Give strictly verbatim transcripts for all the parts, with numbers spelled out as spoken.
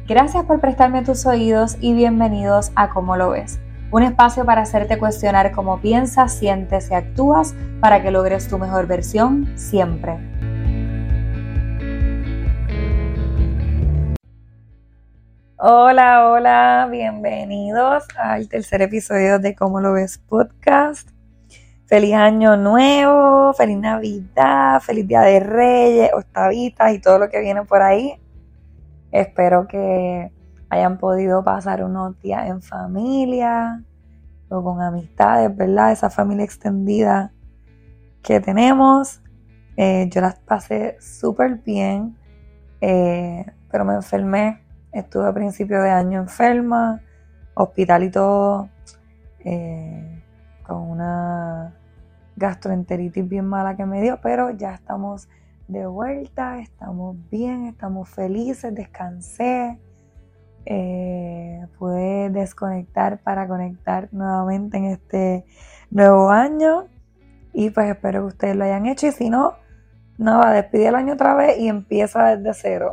Gracias por prestarme tus oídos y bienvenidos a Cómo lo ves, un espacio para hacerte cuestionar cómo piensas, sientes y actúas para que logres tu mejor versión siempre. Hola, hola, bienvenidos al tercer episodio de Cómo lo ves podcast. Feliz año nuevo, feliz Navidad, feliz Día de Reyes, octavitas y todo lo que viene por ahí. Espero que hayan podido pasar unos días en familia o con amistades, ¿verdad? Esa familia extendida que tenemos. Eh, yo las pasé súper bien, eh, pero me enfermé. Estuve a principio de año enferma, hospital y todo, eh, con una gastroenteritis bien mala que me dio, pero ya estamos de vuelta, estamos bien, estamos felices, descansé, eh, pude desconectar para conectar nuevamente en este nuevo año y pues espero que ustedes lo hayan hecho y si no, nada, despide el año otra vez y empieza desde cero.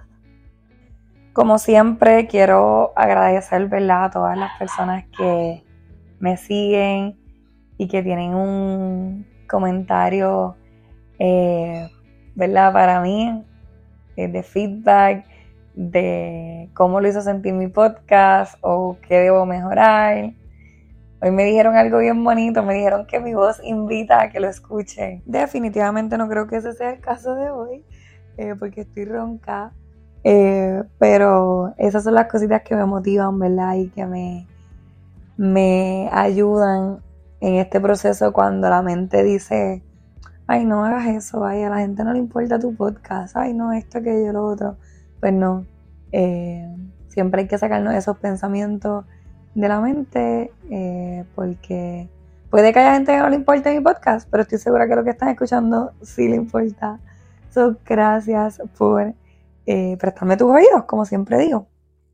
Como siempre quiero agradecer, ¿verdad?, a todas las personas que me siguen y que tienen un comentario eh, ¿verdad? Para mí, eh, de feedback, de cómo lo hizo sentir mi podcast o qué debo mejorar. Hoy me dijeron algo bien bonito, me dijeron que mi voz invita a que lo escuchen. Definitivamente no creo que ese sea el caso de hoy, eh, porque estoy ronca, eh, pero esas son las cositas que me motivan, ¿verdad? Y que me, me ayudan en este proceso cuando la mente dice: ay, no hagas eso, ay, a la gente no le importa tu podcast, ay, no, esto, aquello, lo otro. Pues no, eh, siempre hay que sacarnos esos pensamientos de la mente, eh, porque puede que haya gente que no le importe mi podcast, pero estoy segura que lo que están escuchando sí le importa. So, gracias por eh, prestarme tus oídos, como siempre digo.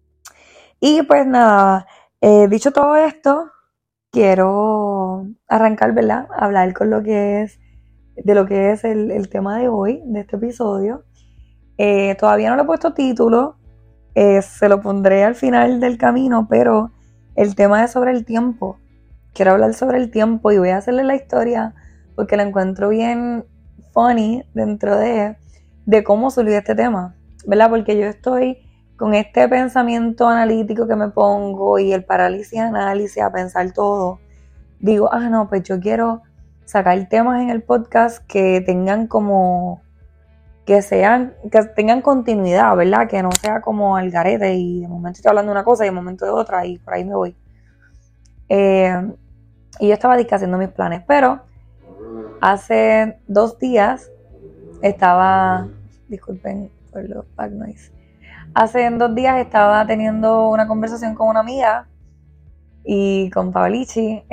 Y pues nada, eh, dicho todo esto, quiero arrancar, ¿verdad? Hablar con lo que es de lo que es el, el tema de hoy, de este episodio. Eh, todavía no le he puesto título, eh, se lo pondré al final del camino, pero el tema es sobre el tiempo. Quiero hablar sobre el tiempo y voy a hacerle la historia porque la encuentro bien funny dentro de, de cómo surgió este tema, ¿verdad? Porque yo estoy con este pensamiento analítico que me pongo y el parálisis análisis a pensar todo. Digo, ah, no, pues yo quiero sacar temas en el podcast que tengan como, que sean, que tengan continuidad, ¿verdad? Que no sea como al garete y de momento estoy hablando de una cosa y de momento de otra y por ahí me voy. Eh, y yo estaba haciendo mis planes, pero hace dos días estaba, disculpen por los back noise, hace dos días estaba teniendo una conversación con una amiga y con Pablichi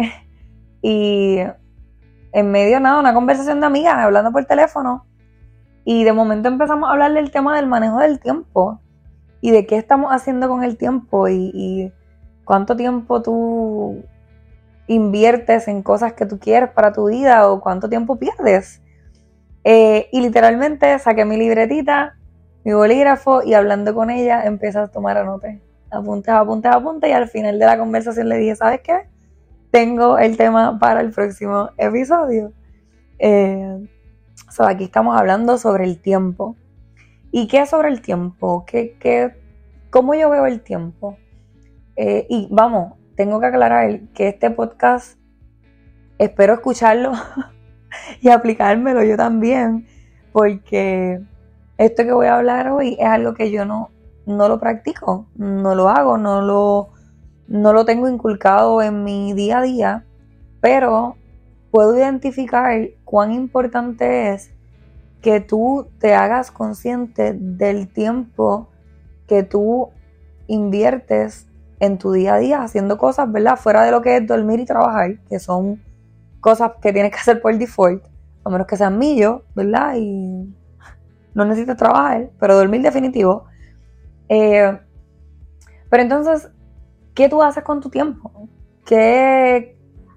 y en medio nada, una conversación de amigas, hablando por teléfono, y de momento empezamos a hablar del tema del manejo del tiempo y de qué estamos haciendo con el tiempo y, y cuánto tiempo tú inviertes en cosas que tú quieres para tu vida o cuánto tiempo pierdes. Eh, y literalmente saqué mi libretita, mi bolígrafo y hablando con ella empecé a tomar anotes, apuntes, apuntes, apuntes y al final de la conversación le dije, ¿sabes qué? Tengo el tema para el próximo episodio. Eh, so aquí estamos hablando sobre el tiempo. ¿Y qué es sobre el tiempo? ¿Qué, qué, ¿Cómo yo veo el tiempo? Eh, y vamos, tengo que aclarar que este podcast espero escucharlo y aplicármelo yo también, porque esto que voy a hablar hoy es algo que yo no, no lo practico, no lo hago, no lo... no lo tengo inculcado en mi día a día, pero puedo identificar cuán importante es que tú te hagas consciente del tiempo que tú inviertes en tu día a día haciendo cosas, ¿verdad? Fuera de lo que es dormir y trabajar, que son cosas que tienes que hacer por default, a menos que sean millos, ¿verdad? Y no necesitas trabajar, pero dormir definitivo. Eh, pero entonces, ¿qué tú haces con tu tiempo? ¿Qué,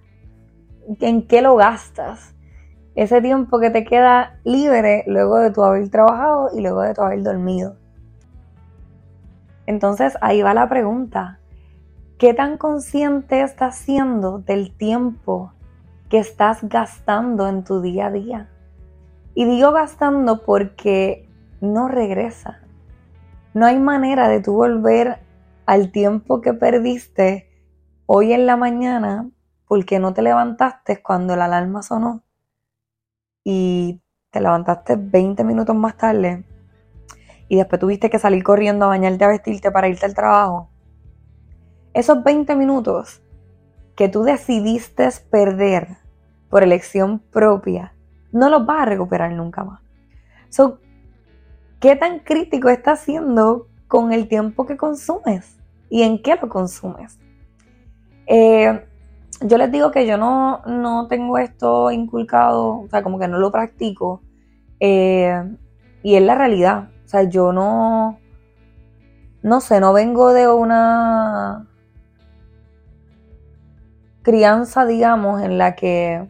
¿En qué lo gastas? Ese tiempo que te queda libre luego de tu haber trabajado y luego de tu haber dormido. Entonces ahí va la pregunta. ¿Qué tan consciente estás siendo del tiempo que estás gastando en tu día a día? Y digo gastando porque no regresa. No hay manera de tú volver al tiempo que perdiste hoy en la mañana porque no te levantaste cuando la alarma sonó y te levantaste veinte minutos más tarde y después tuviste que salir corriendo a bañarte, a vestirte para irte al trabajo. Esos veinte minutos que tú decidiste perder por elección propia, no los vas a recuperar nunca más. So, ¿qué tan crítico estás siendo con el tiempo que consumes? ¿Y en qué lo consumes? Eh, yo les digo que yo no, no tengo esto inculcado, o sea, como que no lo practico. Eh, y es la realidad. O sea, yo no, no sé, no vengo de una crianza, digamos, en la que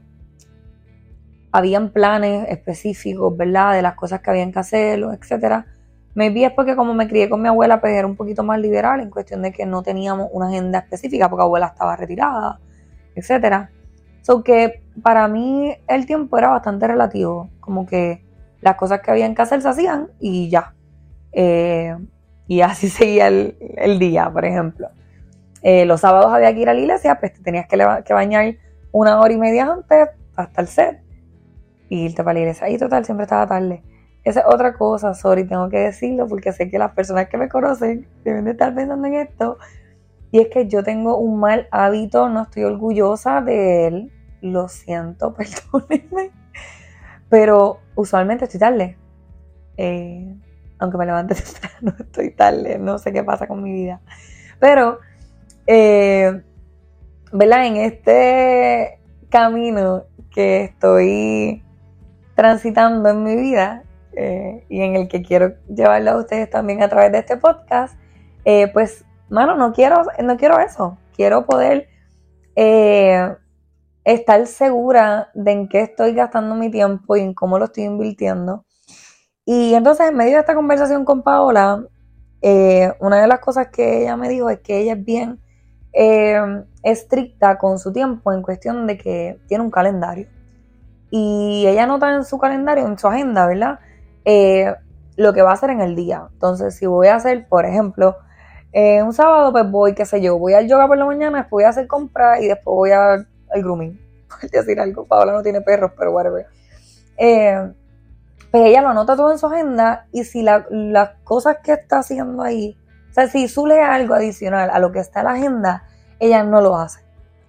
habían planes específicos, ¿verdad? De las cosas que habían que hacer, etcétera. Maybe es porque como me crié con mi abuela, pues era un poquito más liberal en cuestión de que no teníamos una agenda específica porque abuela estaba retirada, etcétera. So que para mí el tiempo era bastante relativo, como que las cosas que habían que hacer se hacían y ya. Eh, y así seguía el, el día, por ejemplo. Eh, los sábados había que ir a la iglesia, pues te tenías que, leva- que bañar una hora y media antes hasta el set y irte para la iglesia. Y total, siempre estaba tarde. Esa es otra cosa, sorry, tengo que decirlo porque sé que las personas que me conocen deben de estar pensando en esto. Y es que yo tengo un mal hábito, no estoy orgullosa de él, lo siento, perdónenme, pero usualmente estoy tarde. Eh, aunque me levante temprano, estoy tarde, no sé qué pasa con mi vida. Pero, eh, ¿verdad? En este camino que estoy transitando en mi vida, Eh, y en el que quiero llevarlo a ustedes también a través de este podcast, eh, pues, mano, no quiero, no quiero eso. Quiero poder eh, estar segura de en qué estoy gastando mi tiempo y en cómo lo estoy invirtiendo. Y entonces, en medio de esta conversación con Paola, eh, una de las cosas que ella me dijo es que ella es bien eh, estricta con su tiempo en cuestión de que tiene un calendario. Y ella anota en su calendario, en su agenda, ¿verdad? Eh, lo que va a hacer en el día. Entonces, si voy a hacer, por ejemplo, eh, un sábado, pues voy, qué sé yo, voy al yoga por la mañana, después voy a hacer compras y después voy a, al grooming. Por decir algo, Paola no tiene perros, pero whatever. Eh, pues ella lo anota todo en su agenda y si la, las cosas que está haciendo ahí, o sea, si surge algo adicional a lo que está en la agenda, ella no lo hace.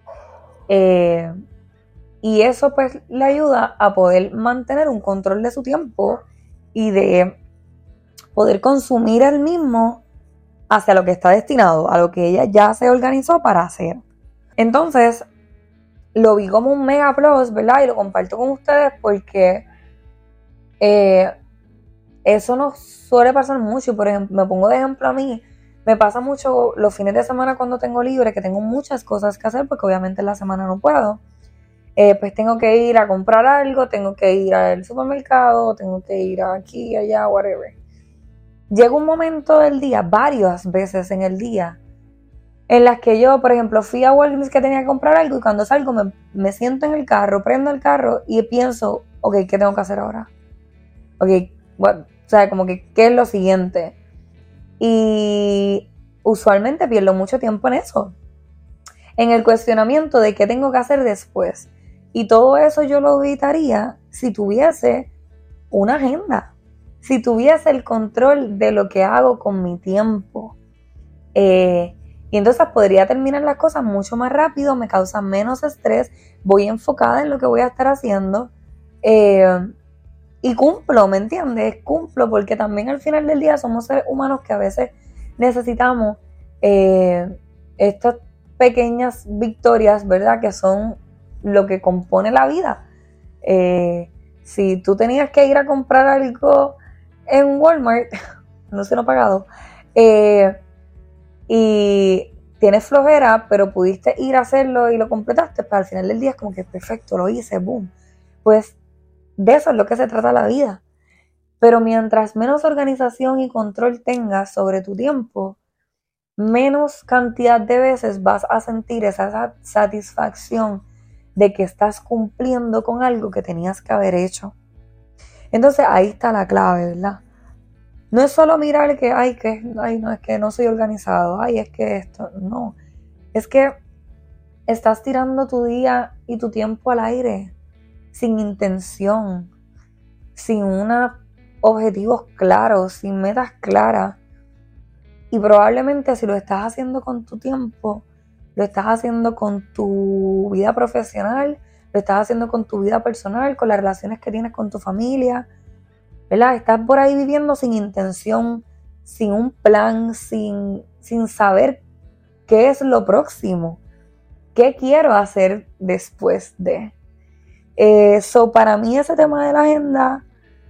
Eh, y eso pues le ayuda a poder mantener un control de su tiempo y de poder consumir el mismo hacia lo que está destinado, a lo que ella ya se organizó para hacer. Entonces, lo vi como un mega plus, ¿verdad? Y lo comparto con ustedes porque eh, eso nos suele pasar mucho. Por ejemplo, me pongo de ejemplo a mí, me pasa mucho los fines de semana cuando tengo libre, que tengo muchas cosas que hacer porque obviamente en la semana no puedo. Eh, pues tengo que ir a comprar algo, tengo que ir al supermercado, tengo que ir aquí, allá, whatever. Llega un momento del día, varias veces en el día, en las que yo, por ejemplo, fui a Walgreens que tenía que comprar algo y cuando salgo me, me siento en el carro, prendo el carro y pienso, ok, ¿qué tengo que hacer ahora? Ok, what? O sea, como que, ¿qué es lo siguiente? Y usualmente pierdo mucho tiempo en eso, en el cuestionamiento de qué tengo que hacer después. Y todo eso yo lo evitaría si tuviese una agenda, si tuviese el control de lo que hago con mi tiempo. Eh, y entonces podría terminar las cosas mucho más rápido, me causa menos estrés, voy enfocada en lo que voy a estar haciendo eh, y cumplo, ¿me entiendes? Cumplo porque también al final del día somos seres humanos que a veces necesitamos eh, estas pequeñas victorias, ¿verdad? Que son lo que compone la vida. Eh, si tú tenías que ir a comprar algo en Walmart, no se lo he pagado, eh, y tienes flojera, pero pudiste ir a hacerlo y lo completaste, pues al final del día es como que perfecto, lo hice, boom. Pues de eso es lo que se trata la vida. Pero mientras menos organización y control tengas sobre tu tiempo, menos cantidad de veces vas a sentir esa satisfacción de que estás cumpliendo con algo que tenías que haber hecho. Entonces ahí está la clave, ¿verdad? No es solo mirar que, ay, que, ay, no, es que no soy organizado, ay, es que esto, no. Es que estás tirando tu día y tu tiempo al aire, sin intención, sin unos objetivos claros, sin metas claras. Y probablemente si lo estás haciendo con tu tiempo, lo estás haciendo con tu vida profesional, lo estás haciendo con tu vida personal, con las relaciones que tienes con tu familia, ¿verdad? Estás por ahí viviendo sin intención, sin un plan, sin, sin saber qué es lo próximo, qué quiero hacer después de. Eh, so, para mí ese tema de la agenda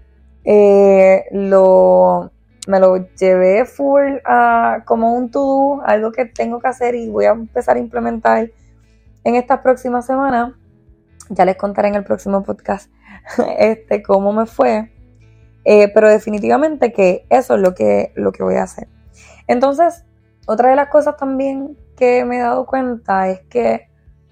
eh, lo... me lo llevé full uh, como un to-do, algo que tengo que hacer y voy a empezar a implementar en estas próximas semanas. Ya les contaré en el próximo podcast este, cómo me fue. Eh, pero definitivamente que eso es lo que, lo que voy a hacer. Entonces, otra de las cosas también que me he dado cuenta es que,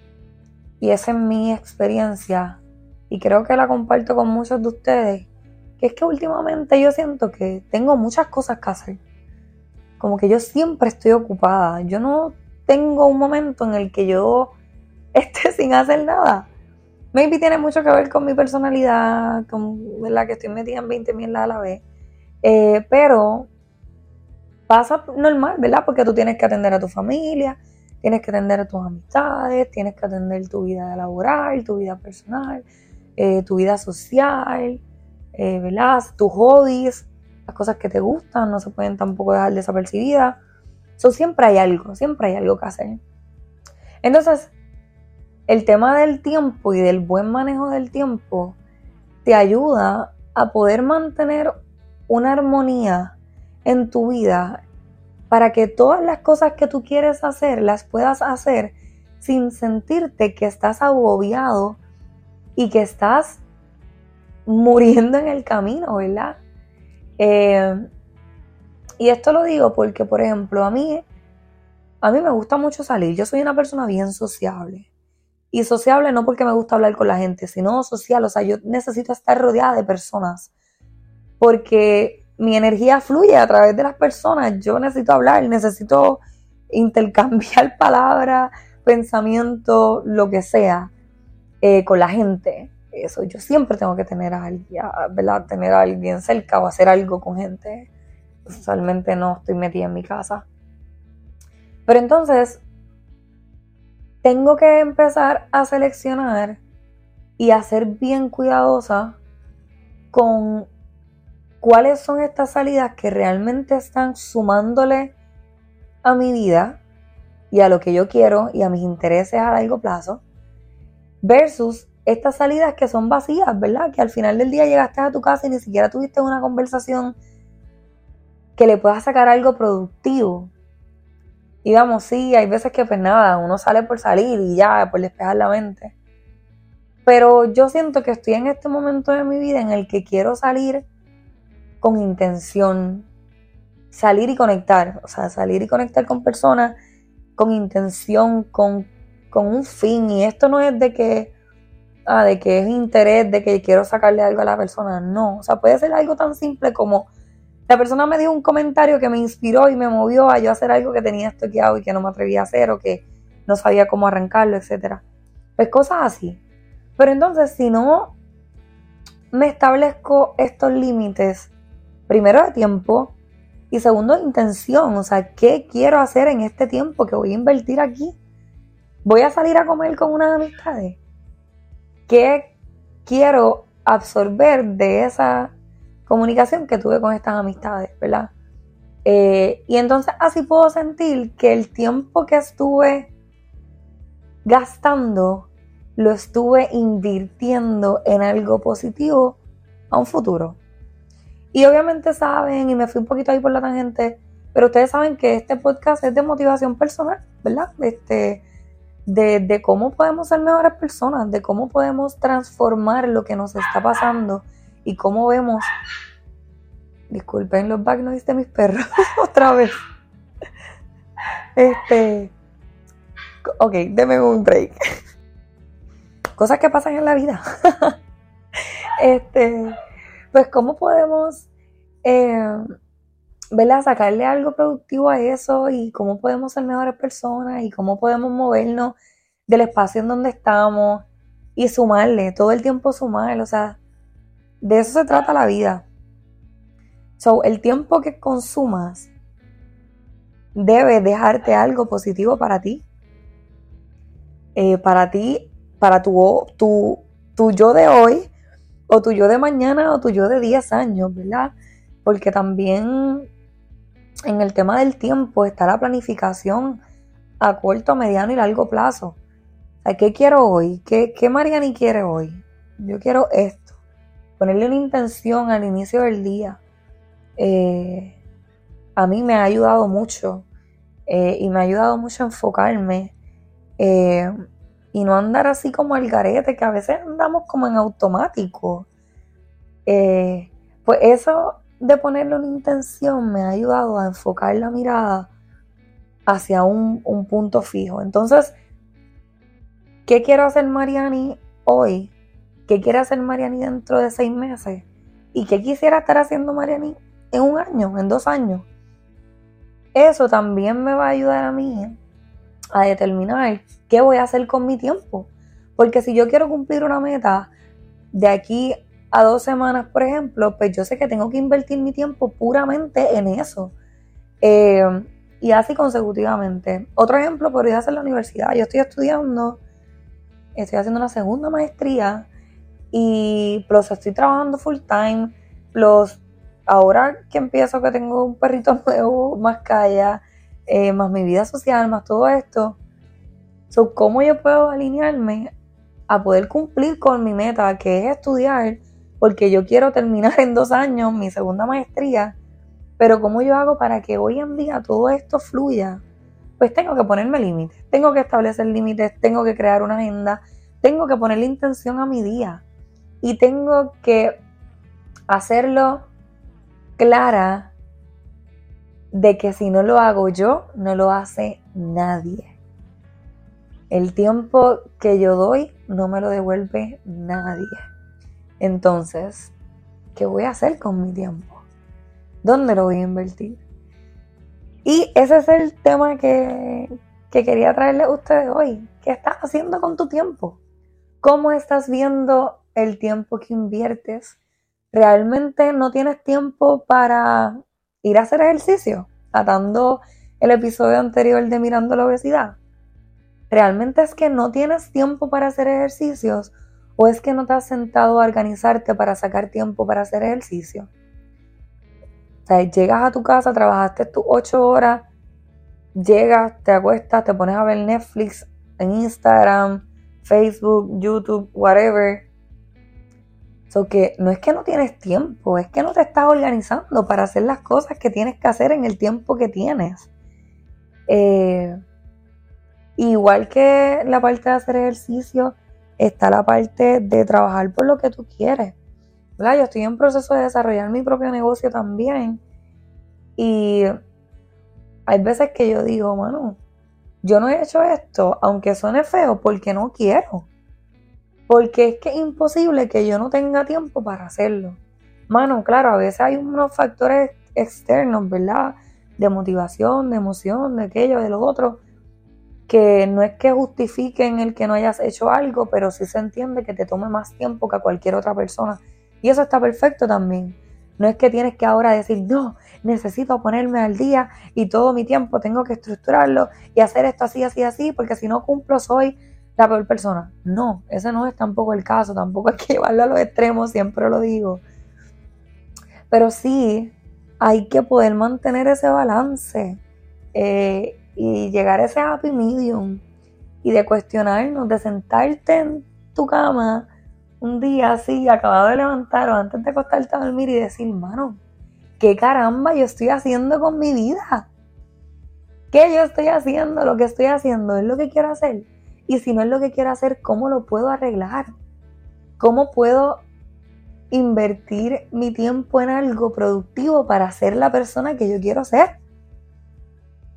y esa es mi experiencia, y creo que la comparto con muchos de ustedes, que es que últimamente yo siento que tengo muchas cosas que hacer. Como que yo siempre estoy ocupada. Yo no tengo un momento en el que yo esté sin hacer nada. Maybe tiene mucho que ver con mi personalidad, con la que estoy metida en veinte mil a la vez. Eh, pero pasa normal, ¿verdad? Porque tú tienes que atender a tu familia, tienes que atender a tus amistades, tienes que atender tu vida laboral, tu vida personal, eh, tu vida social, eh, ¿verdad? Tus hobbies, las cosas que te gustan, no se pueden tampoco dejar desapercibidas. So, siempre hay algo, siempre hay algo que hacer. Entonces, el tema del tiempo y del buen manejo del tiempo te ayuda a poder mantener una armonía en tu vida para que todas las cosas que tú quieres hacer las puedas hacer sin sentirte que estás agobiado y que estás muriendo en el camino, ¿verdad? Eh, y esto lo digo porque, por ejemplo, a mí, a mí me gusta mucho salir. Yo soy una persona bien sociable. Y sociable no porque me gusta hablar con la gente, sino social. O sea, yo necesito estar rodeada de personas porque mi energía fluye a través de las personas. Yo necesito hablar, necesito intercambiar palabras, pensamientos, lo que sea, eh, con la gente. Eso, yo siempre tengo que tener a alguien, ¿verdad? Tener a alguien cerca o hacer algo con gente. Usualmente no estoy metida en mi casa. Pero entonces tengo que empezar a seleccionar y a ser bien cuidadosa con cuáles son estas salidas que realmente están sumándole a mi vida y a lo que yo quiero y a mis intereses a largo plazo, versus estas salidas que son vacías, ¿verdad? Que al final del día llegaste a tu casa y ni siquiera tuviste una conversación que le pueda sacar algo productivo. Y vamos, sí, hay veces que pues nada, uno sale por salir y ya, por despejar la mente. Pero yo siento que estoy en este momento de mi vida en el que quiero salir con intención, salir y conectar, o sea, salir y conectar con personas con intención, con, con un fin. Y esto no es de que, ah, de que es interés, de que quiero sacarle algo a la persona, no. O sea, puede ser algo tan simple como la persona me dio un comentario que me inspiró y me movió a yo hacer algo que tenía estoqueado y que no me atrevía a hacer o que no sabía cómo arrancarlo, etcétera. Pues cosas así. Pero entonces, si no me establezco estos límites, primero de tiempo y segundo de intención, o sea, ¿qué quiero hacer en este tiempo que voy a invertir aquí? ¿Voy a salir a comer con unas amistades? ¿Qué quiero absorber de esa comunicación que tuve con estas amistades, ¿verdad? Eh, y entonces así puedo sentir que el tiempo que estuve gastando lo estuve invirtiendo en algo positivo a un futuro. Y obviamente saben, y me fui un poquito ahí por la tangente, pero ustedes saben que este podcast es de motivación personal, ¿verdad? Este, de, de cómo podemos ser mejores personas, de cómo podemos transformar lo que nos está pasando y cómo vemos, disculpen los back noise de mis perros, otra vez. Este, ok, deme un break. Cosas que pasan en la vida. Este, pues cómo podemos, eh, ¿verdad? Sacarle algo productivo a eso y cómo podemos ser mejores personas y cómo podemos movernos del espacio en donde estamos y sumarle, todo el tiempo sumarle, o sea, de eso se trata la vida. So, el tiempo que consumas debe dejarte algo positivo para ti. Eh, para ti, para tu, tu, tu yo de hoy, o tu yo de mañana, o tu yo de diez años, ¿verdad? Porque también en el tema del tiempo está la planificación a corto, mediano y largo plazo. O sea, ¿qué quiero hoy? ¿Qué, qué Mariani quiere hoy? Yo quiero esto. Ponerle una intención al inicio del día. Eh, a mí me ha ayudado mucho eh, y me ha ayudado mucho a enfocarme eh, y no andar así como al garete, que a veces andamos como en automático. Eh, pues eso de ponerle una intención me ha ayudado a enfocar la mirada hacia un, un punto fijo. Entonces, ¿qué quiero hacer Mariani hoy? ¿Qué quiere hacer Mariani dentro de seis meses? ¿Y qué quisiera estar haciendo Mariani en un año, en dos años? Eso también me va a ayudar a mí a determinar qué voy a hacer con mi tiempo. Porque si yo quiero cumplir una meta de aquí a dos semanas, por ejemplo, pues yo sé que tengo que invertir mi tiempo puramente en eso. Eh, y así consecutivamente. Otro ejemplo podría ser la universidad. Yo estoy estudiando, estoy haciendo una segunda maestría y plus estoy trabajando full time, plus ahora que empiezo que tengo un perrito nuevo, más calla, eh, más mi vida social, más todo esto. So, ¿cómo yo puedo alinearme a poder cumplir con mi meta, que es estudiar? Porque yo quiero terminar en dos años mi segunda maestría, pero ¿cómo yo hago para que hoy en día todo esto fluya? Pues tengo que ponerme límites, tengo que establecer límites, tengo que crear una agenda, tengo que ponerle intención a mi día y tengo que hacerlo clara de que si no lo hago yo, no lo hace nadie. El tiempo que yo doy no me lo devuelve nadie. Entonces, ¿qué voy a hacer con mi tiempo? ¿Dónde lo voy a invertir? Y ese es el tema que, que quería traerles a ustedes hoy. ¿Qué estás haciendo con tu tiempo? ¿Cómo estás viendo el tiempo que inviertes? ¿Realmente no tienes tiempo para ir a hacer ejercicio? Atando el episodio anterior de Mirando la Obesidad. ¿Realmente es que no tienes tiempo para hacer ejercicios? ¿O es que no te has sentado a organizarte para sacar tiempo para hacer ejercicio? O sea, llegas a tu casa, trabajaste tus ocho horas, llegas, te acuestas, te pones a ver Netflix en Instagram, Facebook, YouTube, whatever. So que no es que no tienes tiempo, es que no te estás organizando para hacer las cosas que tienes que hacer en el tiempo que tienes. Eh, igual que la parte de hacer ejercicio, está la parte de trabajar por lo que tú quieres. ¿Verdad? Yo estoy en proceso de desarrollar mi propio negocio también. Y hay veces que yo digo, mano, yo no he hecho esto, aunque suene feo, porque no quiero. Porque es que es imposible que yo no tenga tiempo para hacerlo. Mano, claro, a veces hay unos factores externos, ¿verdad? De motivación, de emoción, de aquello, de lo otro, que no es que justifiquen el que no hayas hecho algo, pero sí se entiende que te tome más tiempo que a cualquier otra persona. Y eso está perfecto también. No es que tienes que ahora decir, no, necesito ponerme al día y todo mi tiempo tengo que estructurarlo y hacer esto así, así, así, porque si no cumplo soy la peor persona. No, ese no es tampoco el caso, tampoco hay que llevarlo a los extremos, siempre lo digo. Pero sí hay que poder mantener ese balance eh, y llegar a ese happy medium y de cuestionarnos, de sentarte en tu cama un día así, acabado de levantar o antes de acostarte a dormir y decir, mano, ¿qué caramba yo estoy haciendo con mi vida? ¿Qué yo estoy haciendo? Lo que estoy haciendo es lo que quiero hacer. Y si no es lo que quiero hacer, ¿cómo lo puedo arreglar? ¿Cómo puedo invertir mi tiempo en algo productivo para ser la persona que yo quiero ser?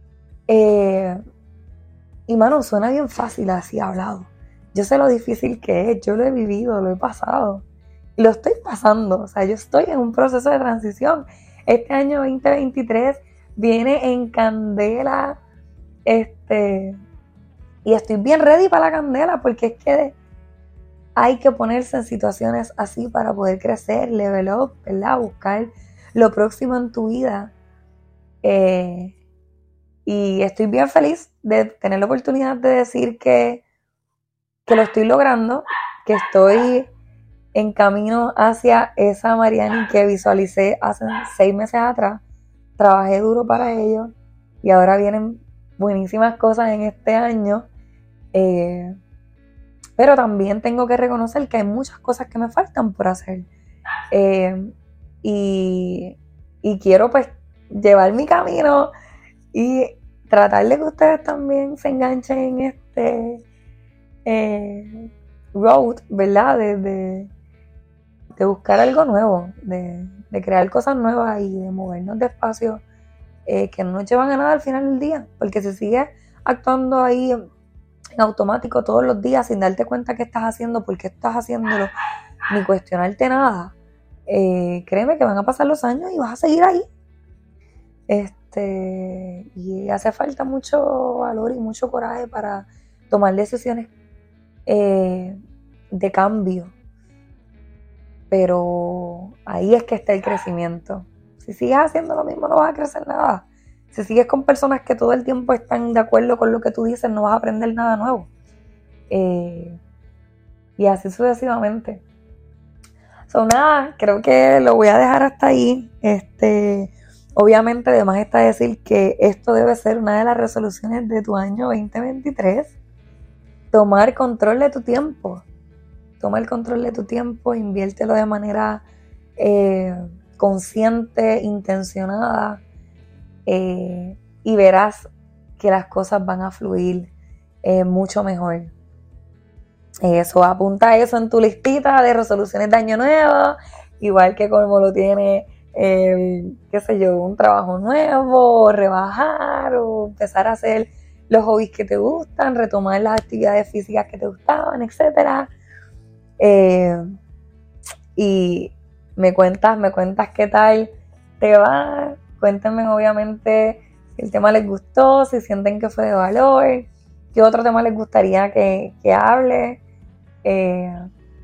Eh, y mano, suena bien fácil así hablado. Yo sé lo difícil que es, yo lo he vivido, lo he pasado. Y lo estoy pasando, o sea, yo estoy en un proceso de transición. Este año veinte veintitrés viene en candela, este, y estoy bien ready para la candela, porque es que hay que ponerse en situaciones así para poder crecer, level up, ¿verdad? Buscar lo próximo en tu vida. Eh, y estoy bien feliz de tener la oportunidad de decir que, que lo estoy logrando, que estoy en camino hacia esa Mariani que visualicé hace seis meses atrás. Trabajé duro para ello y ahora vienen buenísimas cosas en este año. Eh, pero también tengo que reconocer que hay muchas cosas que me faltan por hacer. Eh, y, y quiero pues llevar mi camino y tratar de que ustedes también se enganchen en este eh, road, ¿verdad? De, de, de buscar algo nuevo, de, de crear cosas nuevas y de movernos despacio, eh, que no nos llevan a nada al final del día, porque si sigues actuando ahí en automático todos los días sin darte cuenta qué estás haciendo, por qué estás haciéndolo, ni cuestionarte nada, eh, créeme que van a pasar los años y vas a seguir ahí. Este, y hace falta mucho valor y mucho coraje para tomar decisiones eh, de cambio. Pero ahí es que está el crecimiento. Si sigues haciendo lo mismo, no vas a crecer nada. Si sigues con personas que todo el tiempo están de acuerdo con lo que tú dices, no vas a aprender nada nuevo. Eh, y así sucesivamente. So, nada, creo que lo voy a dejar hasta ahí. Este, obviamente, además está decir que esto debe ser una de las resoluciones de tu año veinte veintitrés. Tomar control de tu tiempo. Toma el control de tu tiempo, inviértelo de manera eh, consciente, intencionada, eh, y verás que las cosas van a fluir eh, mucho mejor. Eso, apunta eso en tu listita de resoluciones de año nuevo, igual que como lo tiene, eh, qué sé yo, un trabajo nuevo, rebajar o empezar a hacer los hobbies que te gustan, retomar las actividades físicas que te gustaban, etcétera. Eh, y me cuentas, me cuentas qué tal te va. Cuéntenme obviamente si el tema les gustó, si sienten que fue de valor, qué otro tema les gustaría que, que hable. Eh,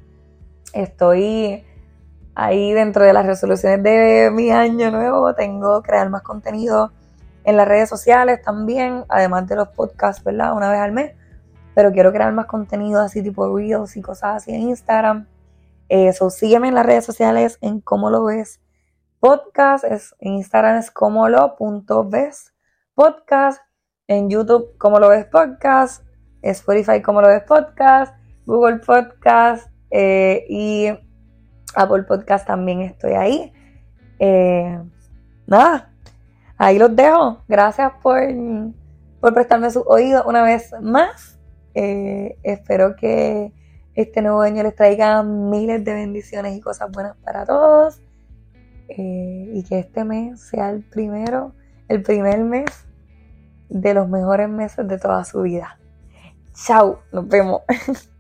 estoy ahí dentro de las resoluciones de mi año nuevo. Tengo crear más contenido en las redes sociales también, además de los podcasts, ¿verdad? Una vez al mes. Pero quiero crear más contenido así tipo Reels y cosas así en Instagram. Eso, eh, so, sígueme en las redes sociales en Cómo Lo Ves Podcast. Es, en Instagram es como lo punto ves podcast. En YouTube Cómo Lo Ves Podcast. Spotify Cómo Lo Ves Podcast. Google Podcast. Eh, y Apple Podcast también estoy ahí. Eh, nada, ahí los dejo. Gracias por, por prestarme su oído una vez más. Eh, espero que este nuevo año les traiga miles de bendiciones y cosas buenas para todos, eh, y que este mes sea el primero, el primer mes de los mejores meses de toda su vida. Chao, nos vemos.